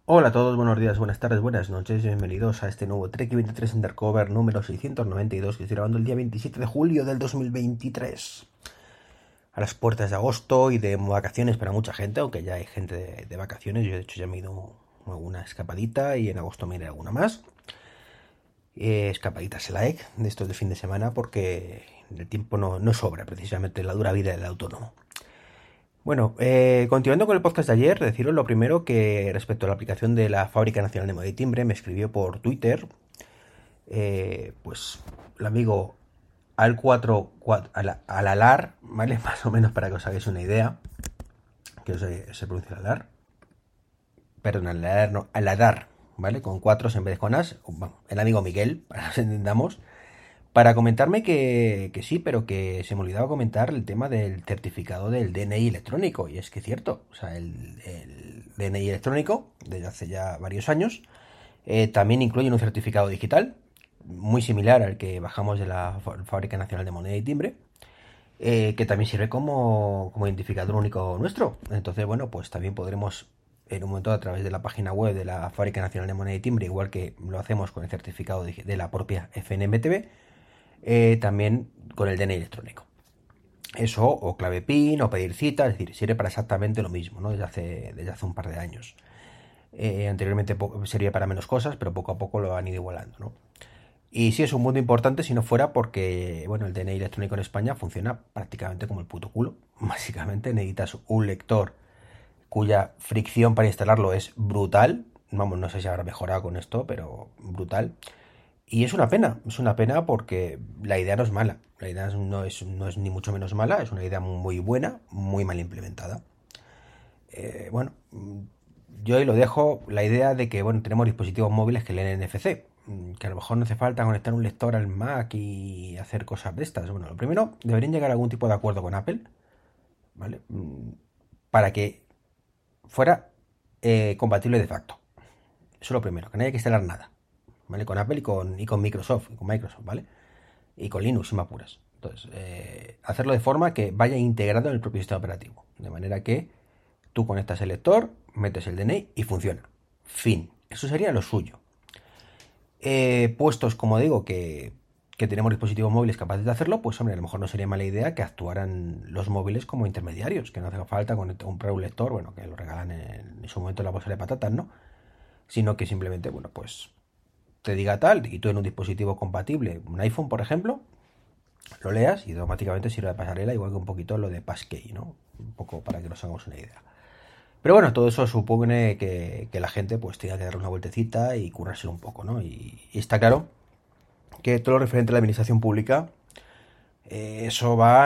Hola a todos, buenos días, buenas tardes, buenas noches, bienvenidos a este nuevo Trek 23 Undercover número 692 que estoy grabando el día 27 de julio del 2023. A las puertas de agosto y de vacaciones para mucha gente, aunque ya hay gente de vacaciones. Yo de hecho ya me he ido alguna escapadita y en agosto me iré alguna más. Escapaditas like de estos de fin de semana porque el tiempo no sobra, precisamente la dura vida del autónomo. Bueno, continuando con el podcast de ayer, deciros lo primero que respecto a la aplicación de la Fábrica Nacional de Moneda y Timbre, me escribió por Twitter, pues el amigo Alalar, ¿vale? Más o menos para que os hagáis una idea, que se pronuncia Alalar, perdón, Alalar no, Aladar, ¿vale? Con 4 en vez de con as, bueno, el amigo Miguel, para que nos entendamos, para comentarme que sí, pero que se me olvidaba comentar el tema del certificado del DNI electrónico. Y es que es cierto, o sea, el DNI electrónico, desde hace ya varios años, también incluye un certificado digital, muy similar al que bajamos de la Fábrica Nacional de Moneda y Timbre, que también sirve como identificador único nuestro. Entonces, bueno, pues también podremos en un momento a través de la página web de la Fábrica Nacional de Moneda y Timbre, igual que lo hacemos con el certificado de la propia FNMTB, también con el DNI electrónico. Eso, o clave PIN, o pedir cita, es decir, sirve para exactamente lo mismo, ¿no? Desde hace un par de años. Anteriormente servía para menos cosas, pero poco a poco lo han ido igualando, ¿no? Y sí es un punto importante si no fuera porque, bueno, el DNI electrónico en España funciona prácticamente como el puto culo. Básicamente necesitas un lector cuya fricción para instalarlo es brutal. Vamos, no sé si habrá mejorado con esto, pero brutal. Y es una pena porque la idea no es mala, la idea no es ni mucho menos mala, es una idea muy buena, muy mal implementada. Bueno, yo ahí lo dejo, la idea de que, bueno, tenemos dispositivos móviles que leen NFC, que a lo mejor no hace falta conectar un lector al Mac y hacer cosas de estas. Bueno, lo primero, deberían llegar a algún tipo de acuerdo con Apple, ¿vale? Para que fuera compatible de facto. Eso es lo primero, que no haya que instalar nada, ¿vale? Con Apple y con Microsoft, ¿vale? Y con Linux, si me apuras. Entonces, hacerlo de forma que vaya integrado en el propio sistema operativo. De manera que tú conectas el lector, metes el DNI y funciona. Fin. Eso sería lo suyo. Puestos, como digo, que tenemos dispositivos móviles capaces de hacerlo, pues hombre, a lo mejor no sería mala idea que actuaran los móviles como intermediarios, que no hace falta comprar un lector, bueno, que lo regalan en su momento en la bolsa de patatas, ¿no? Sino que simplemente, bueno, pues te diga tal, y tú en un dispositivo compatible, un iPhone, por ejemplo, lo leas y automáticamente sirve de pasarela, igual que un poquito lo de Passkey, ¿no? Un poco para que nos hagamos una idea. Pero bueno, todo eso supone que la gente pues tenga que darle una vueltecita y currarse un poco, ¿no? Y está claro que todo lo referente a la administración pública, eso va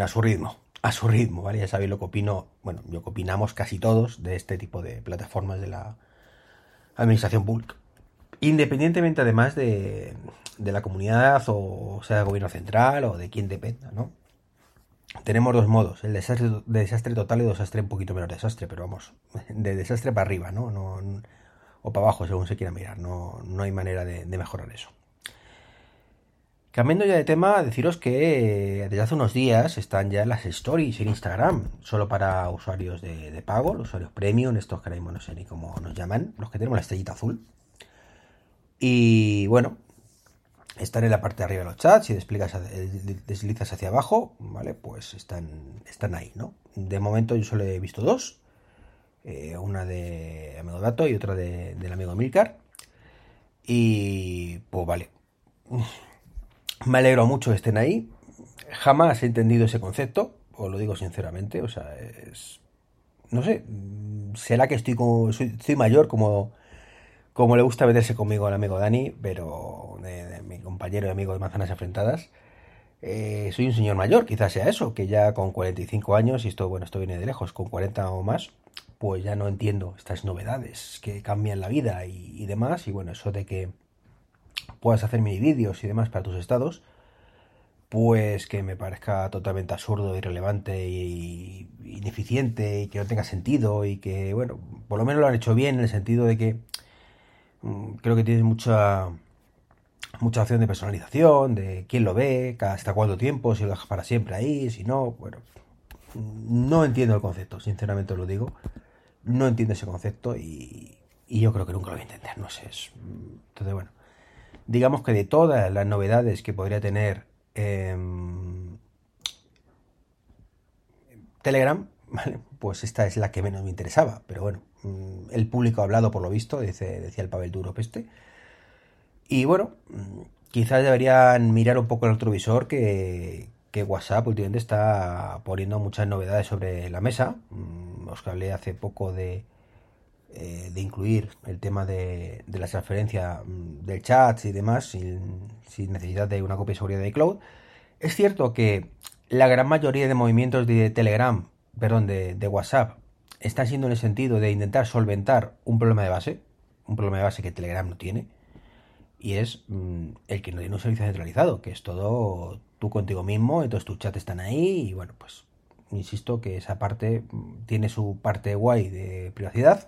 a su ritmo, ¿vale? Ya sabéis lo que opino, bueno, lo que opinamos casi todos de este tipo de plataformas de la administración pública. Independientemente además de la comunidad o sea del gobierno central o de quién dependa, ¿no? Tenemos dos modos, el desastre total y desastre un poquito menos desastre, pero vamos, de desastre para arriba, ¿no? O para abajo, según se quiera mirar, no hay manera de mejorar eso. Cambiando ya de tema, deciros que desde hace unos días están ya las stories en Instagram, solo para usuarios de pago, los usuarios premium, estos que ahora mismo no sé ni cómo nos llaman, los que tenemos la estrellita azul. Y bueno, están en la parte de arriba de los chats, si deslizas hacia abajo, ¿vale? Pues están ahí, ¿no? De momento yo solo he visto dos, una de amigo Dato y otra del amigo Milcar. Y pues vale, me alegro mucho que estén ahí. Jamás he entendido ese concepto, os lo digo sinceramente, o sea, no sé, será que estoy mayor como le gusta meterse conmigo el amigo Dani, pero de mi compañero y amigo de Manzanas Enfrentadas. Soy un señor mayor, quizás sea eso, que ya con 45 años, y esto, bueno, esto viene de lejos, con 40 o más, pues ya no entiendo estas novedades que cambian la vida y demás, y bueno, eso de que puedas hacer mini vídeos y demás para tus estados, pues que me parezca totalmente absurdo, irrelevante y ineficiente y que no tenga sentido y que, bueno, por lo menos lo han hecho bien en el sentido de que creo que tiene mucha opción de personalización, de quién lo ve, hasta cuánto tiempo, si lo dejas para siempre ahí, si no, bueno, no entiendo el concepto, sinceramente os lo digo, no entiendo ese concepto y y yo creo que nunca lo voy a entender, no sé. Entonces, bueno, digamos que de todas las novedades que podría tener Telegram, ¿vale? Pues esta es la que menos me interesaba, pero bueno, el público ha hablado por lo visto, decía el Pavel Durov este. Y bueno, quizás deberían mirar un poco el retrovisor que WhatsApp últimamente está poniendo muchas novedades sobre la mesa. Os hablé hace poco de incluir el tema de la transferencia del chat y demás sin necesidad de una copia de seguridad de cloud. Es cierto que la gran mayoría de movimientos de Telegram, perdón, de WhatsApp, están siendo en el sentido de intentar solventar un problema de base que Telegram no tiene, y es el que no tiene un servicio centralizado, que es todo tú contigo mismo, entonces tus chats están ahí y bueno, pues insisto que esa parte tiene su parte guay de privacidad,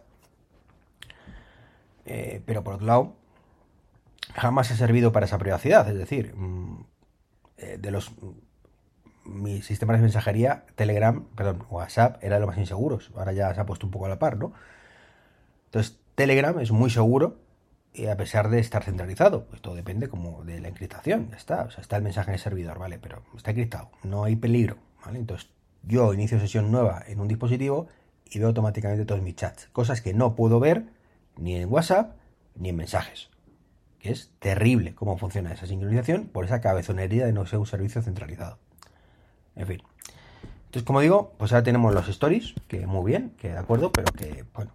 pero por otro lado jamás ha servido para esa privacidad, es decir, de los mis sistemas de mensajería, Telegram, perdón, WhatsApp era de los más inseguros, ahora ya se ha puesto un poco a la par, ¿no? Entonces Telegram es muy seguro, a pesar de estar centralizado, pues todo depende como de la encriptación, ya está, o sea, está el mensaje en el servidor, ¿vale? Pero está encriptado, no hay peligro, ¿vale? Entonces yo inicio sesión nueva en un dispositivo y veo automáticamente todos mis chats, cosas que no puedo ver ni en WhatsApp ni en mensajes, que es terrible cómo funciona esa sincronización por esa cabezonería de no ser un servicio centralizado. En fin. Entonces, como digo, pues ahora tenemos los stories, que muy bien, que de acuerdo, pero que, bueno,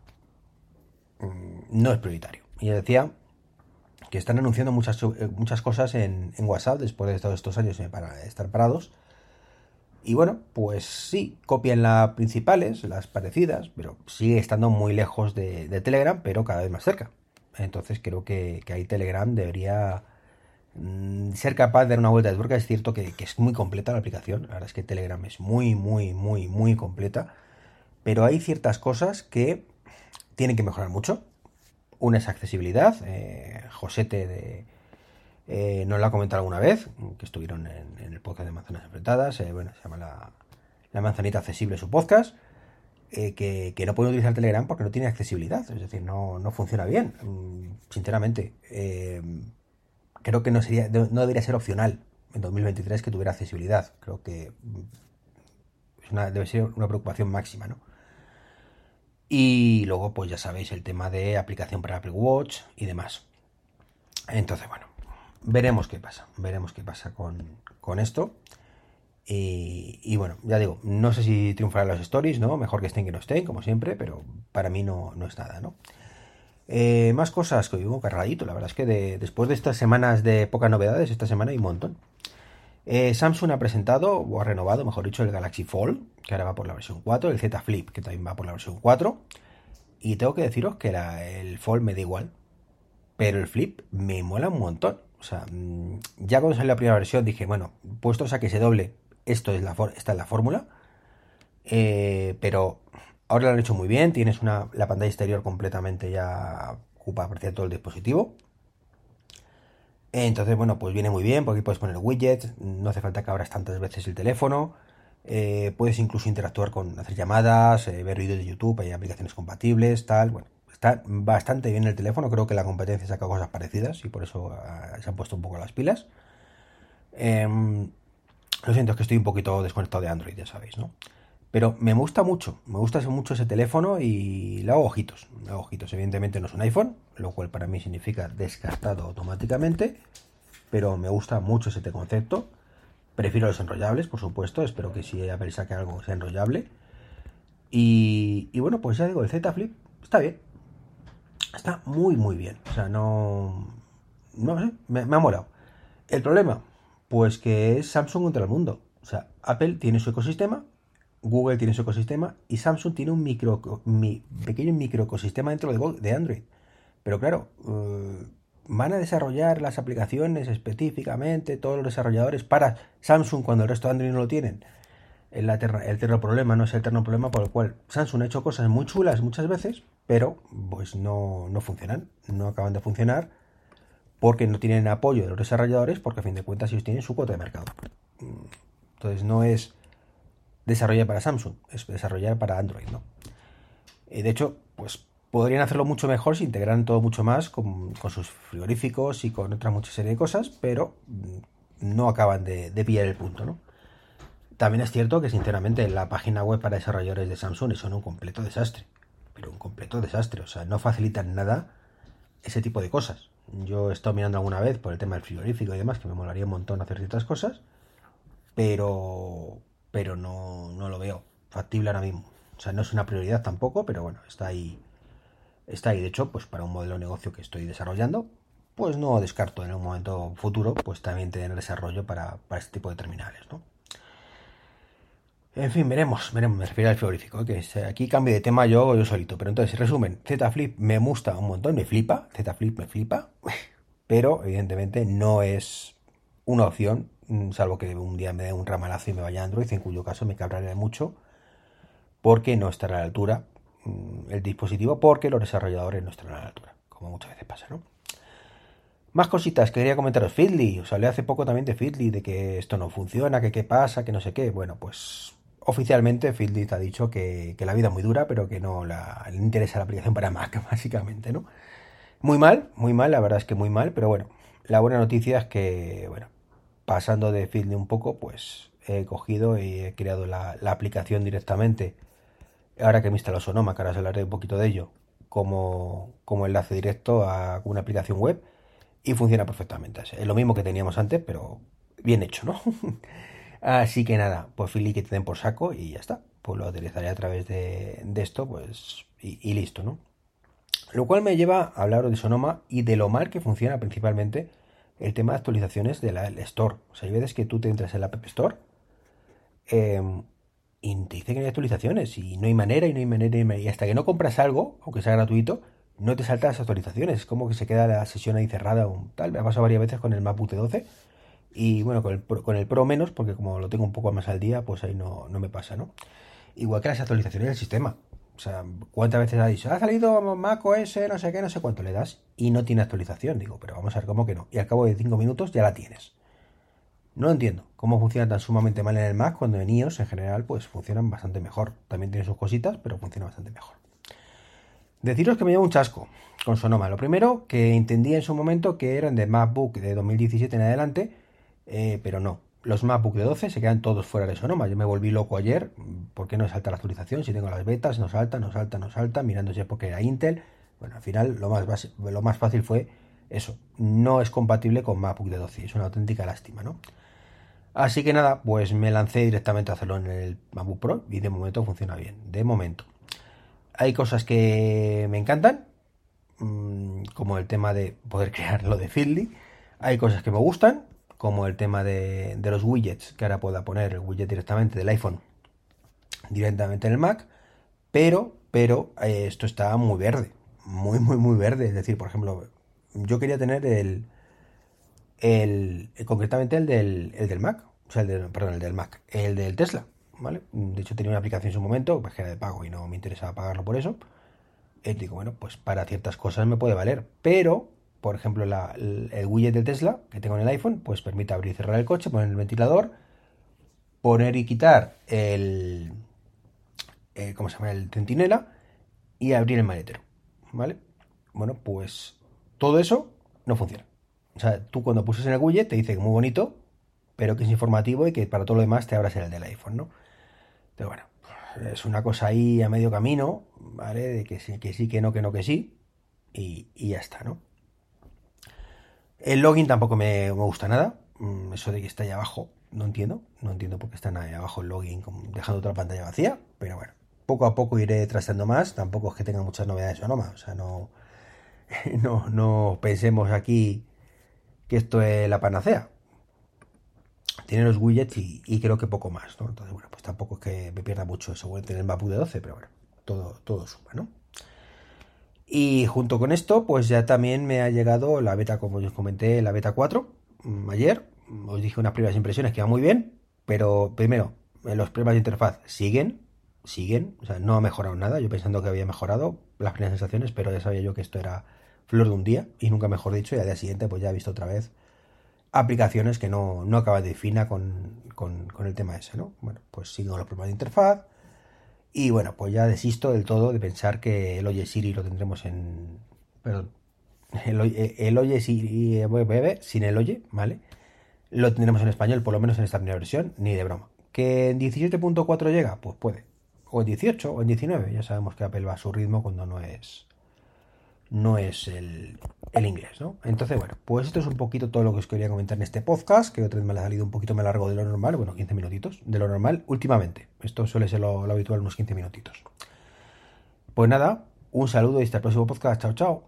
no es prioritario. Y ya decía que están anunciando muchas cosas en WhatsApp después de todos estos años para estar parados. Y bueno, pues sí, copian las principales, las parecidas, pero sigue estando muy lejos de Telegram, pero cada vez más cerca. Entonces creo que ahí Telegram debería ser capaz de dar una vuelta de tuerca. Es cierto que es muy completa la aplicación, la verdad es que Telegram es muy, muy, muy, muy completa, pero hay ciertas cosas que tienen que mejorar mucho. Una es accesibilidad. Josete nos lo ha comentado alguna vez, que estuvieron en el podcast de Manzanas Enfrentadas. Bueno, se llama la Manzanita Accesible, su podcast. Que no puede utilizar Telegram porque no tiene accesibilidad, es decir, no funciona bien, sinceramente. Creo que no debería ser opcional en 2023 que tuviera accesibilidad. Creo que debe ser una preocupación máxima, ¿no? Y luego, pues ya sabéis, el tema de aplicación para Apple Watch y demás. Entonces, bueno, veremos qué pasa con esto. Y bueno, ya digo, no sé si triunfarán los stories, ¿no? Mejor que estén que no estén, como siempre, pero para mí no es nada, ¿no? Más cosas que vivo cargadito, la verdad es que después de estas semanas de pocas novedades, esta semana hay un montón. Samsung ha presentado, o ha renovado, mejor dicho, el Galaxy Fold, que ahora va por la versión 4, el Z Flip, que también va por la versión 4, y tengo que deciros que el Fold me da igual, pero el Flip me mola un montón. O sea, ya cuando salió la primera versión dije, bueno, puestos a que se doble, esta es la fórmula, pero ahora lo han hecho muy bien, tienes la pantalla exterior completamente ya ocupa prácticamente todo el dispositivo. Entonces, bueno, pues viene muy bien porque puedes poner widgets, no hace falta que abras tantas veces el teléfono, puedes incluso interactuar hacer llamadas, ver vídeos de YouTube, hay aplicaciones compatibles, tal. Bueno, está bastante bien el teléfono, creo que la competencia saca cosas parecidas y por eso se han puesto un poco las pilas. Lo siento, es que estoy un poquito desconectado de Android, ya sabéis, ¿no? Pero me gusta mucho ese teléfono y le hago ojitos. Evidentemente no es un iPhone, lo cual para mí significa descartado automáticamente, pero me gusta mucho ese concepto. Prefiero los enrollables, por supuesto, espero que si Apple saque algo sea enrollable. Y bueno, pues ya digo, el Z Flip está bien. Está muy, muy bien. O sea, no sé, me ha molado. El problema, pues que es Samsung contra el mundo. O sea, Apple tiene su ecosistema, Google tiene su ecosistema y Samsung tiene un pequeño microecosistema dentro de Android. Pero claro, van a desarrollar las aplicaciones específicamente, todos los desarrolladores, para Samsung cuando el resto de Android no lo tienen. El eterno problema, no es el eterno problema por el cual Samsung ha hecho cosas muy chulas muchas veces, pero pues no funcionan, no acaban de funcionar porque no tienen apoyo de los desarrolladores, porque a fin de cuentas ellos tienen su cuota de mercado. Entonces no es desarrollar para Samsung, es desarrollar para Android, ¿no? De hecho, pues Podrían hacerlo mucho mejor si integraran todo mucho más con sus frigoríficos y con otra mucha serie de cosas, pero no acaban de pillar el punto, ¿no? También es cierto que, sinceramente, la página web para desarrolladores de Samsung son un completo desastre. Pero un completo desastre. O sea, no facilitan nada ese tipo de cosas. Yo he estado mirando alguna vez por el tema del frigorífico y demás, que me molaría un montón hacer ciertas cosas, pero no lo veo factible ahora mismo. O sea, no es una prioridad tampoco, pero bueno, está ahí. Está ahí. De hecho, pues para un modelo de negocio que estoy desarrollando, pues no descarto en un momento futuro, pues también tener desarrollo para este tipo de terminales, ¿no? En fin, veremos, me refiero al frigorífico, que aquí cambio de tema yo solito. Pero entonces, resumen, Z Flip me gusta un montón, me flipa, Z Flip me flipa, pero evidentemente no es una opción, salvo que un día me dé un ramalazo y me vaya a Android, en cuyo caso me cabraré mucho, porque no estará a la altura el dispositivo, porque los desarrolladores no estarán a la altura, como muchas veces pasa, ¿no? Más cositas que quería comentaros. Feedly, os hablé hace poco también de Feedly, de que esto no funciona, que qué pasa, que no sé qué. Bueno, pues oficialmente Feedly te ha dicho que la vida es muy dura, pero que no le interesa la aplicación para Mac, básicamente, ¿no? Muy mal, la verdad es que muy mal, pero bueno, la buena noticia es que, bueno, pasando de Feedly un poco, pues he cogido y he creado la aplicación directamente. Ahora que me instaló Sonoma, que ahora os hablaré un poquito de ello, como enlace directo a una aplicación web y funciona perfectamente. Es lo mismo que teníamos antes, pero bien hecho, ¿no? Así que nada, pues Philly que te den por saco y ya está. Pues lo utilizaré a través de esto, pues y listo, ¿no? Lo cual me lleva a hablar de Sonoma y de lo mal que funciona principalmente el tema de actualizaciones del Store. O sea, hay veces que tú te entras en la App Store eh, y te dice que no hay actualizaciones y no hay manera y no hay manera y, no hay manera. Y hasta que no compras algo, aunque sea gratuito, no te saltan las actualizaciones. Es como que se queda la sesión ahí cerrada o tal. Me ha pasado varias veces con el MacBook de 12 y bueno, con el Pro menos, porque como lo tengo un poco más al día, pues ahí no me pasa, ¿no? Igual que las actualizaciones del sistema. O sea, ¿cuántas veces ha dicho, ha salido Mac OS, no sé qué, no sé cuánto le das y no tiene actualización? Digo, pero vamos a ver cómo que no. Y al cabo de 5 minutos ya la tienes. No lo entiendo. ¿Cómo funciona tan sumamente mal en el Mac cuando en iOS en general pues funcionan bastante mejor? También tiene sus cositas, pero funciona bastante mejor. Deciros que me lleva un chasco con Sonoma. Lo primero, que entendí en su momento que eran de MacBook de 2017 en adelante, pero no. Los MacBook de 12 se quedan todos fuera de Sonoma. Yo me volví loco ayer. ¿Por qué no salta la actualización? Si tengo las betas, no salta, no salta, no salta. Mirando si es porque era Intel. Bueno, al final lo más fácil fue eso. No es compatible con MacBook de 12. Es una auténtica lástima, ¿no? Así que nada, pues me lancé directamente a hacerlo en el MacBook Pro y de momento funciona bien. De momento. Hay cosas que me encantan, como el tema de poder crear lo de Feedly. Hay cosas que me gustan, como el tema de los widgets, que ahora pueda poner el widget directamente del iPhone directamente en el Mac, pero esto está muy verde, muy verde. Es decir, por ejemplo, yo quería tener concretamente el del Mac, o sea, perdón, el del Mac, el del Tesla, ¿vale? De hecho tenía una aplicación en su momento, pues que era de pago y no me interesaba pagarlo por eso. Digo, bueno, pues para ciertas cosas me puede valer, pero, por ejemplo, el widget de Tesla que tengo en el iPhone, pues permite abrir y cerrar el coche, poner el ventilador, poner y quitar ¿cómo se llama? El centinela y abrir el maletero, ¿vale? Bueno, pues todo eso no funciona. O sea, tú cuando pulsas en el widget te dice que muy bonito, pero que es informativo y que para todo lo demás te abras el del iPhone, ¿no? Pero bueno, es una cosa ahí a medio camino, ¿vale? De que sí, que no, que no, que sí. Y ya está, ¿no? El login tampoco me gusta nada. Eso de que está ahí abajo, no entiendo. No entiendo por qué está ahí abajo el login dejando otra pantalla vacía. Pero bueno, poco a poco iré trasteando más. Tampoco es que tenga muchas novedades o no más. O sea, no pensemos aquí que esto es la panacea. Tiene los widgets y creo que poco más, ¿no? Entonces, bueno, pues tampoco es que me pierda mucho eso. Voy a tener el MacBook de 12, pero bueno, todo suma, ¿no? Y junto con esto, pues ya también me ha llegado la beta, como os comenté, la beta 4 ayer. Os dije unas primeras impresiones que va muy bien, pero primero, los problemas de interfaz siguen, o sea, no ha mejorado nada. Yo pensando que había mejorado las primeras sensaciones, pero ya sabía yo que esto era flor de un día, y nunca mejor dicho, y al día siguiente pues ya he visto otra vez aplicaciones que no acaban de fina con el tema ese, ¿no? Bueno, pues siguen los problemas de interfaz. Y bueno, pues ya desisto del todo de pensar que el Oye Siri lo tendremos en... Perdón. El Oye Siri bebé, sin el Oye, ¿vale? Lo tendremos en español, por lo menos en esta primera versión, ni de broma. ¿Que en 17.4 llega? Pues puede. O en 18 o en 19. Ya sabemos que Apple va a su ritmo cuando no es el inglés, ¿no? Entonces, bueno, pues esto es un poquito todo lo que os quería comentar en este podcast, que otra vez me ha salido un poquito más largo de lo normal, bueno, 15 minutitos, de lo normal últimamente. Esto suele ser lo habitual, unos 15 minutitos. Pues nada, un saludo y hasta el próximo podcast. Chao, chao.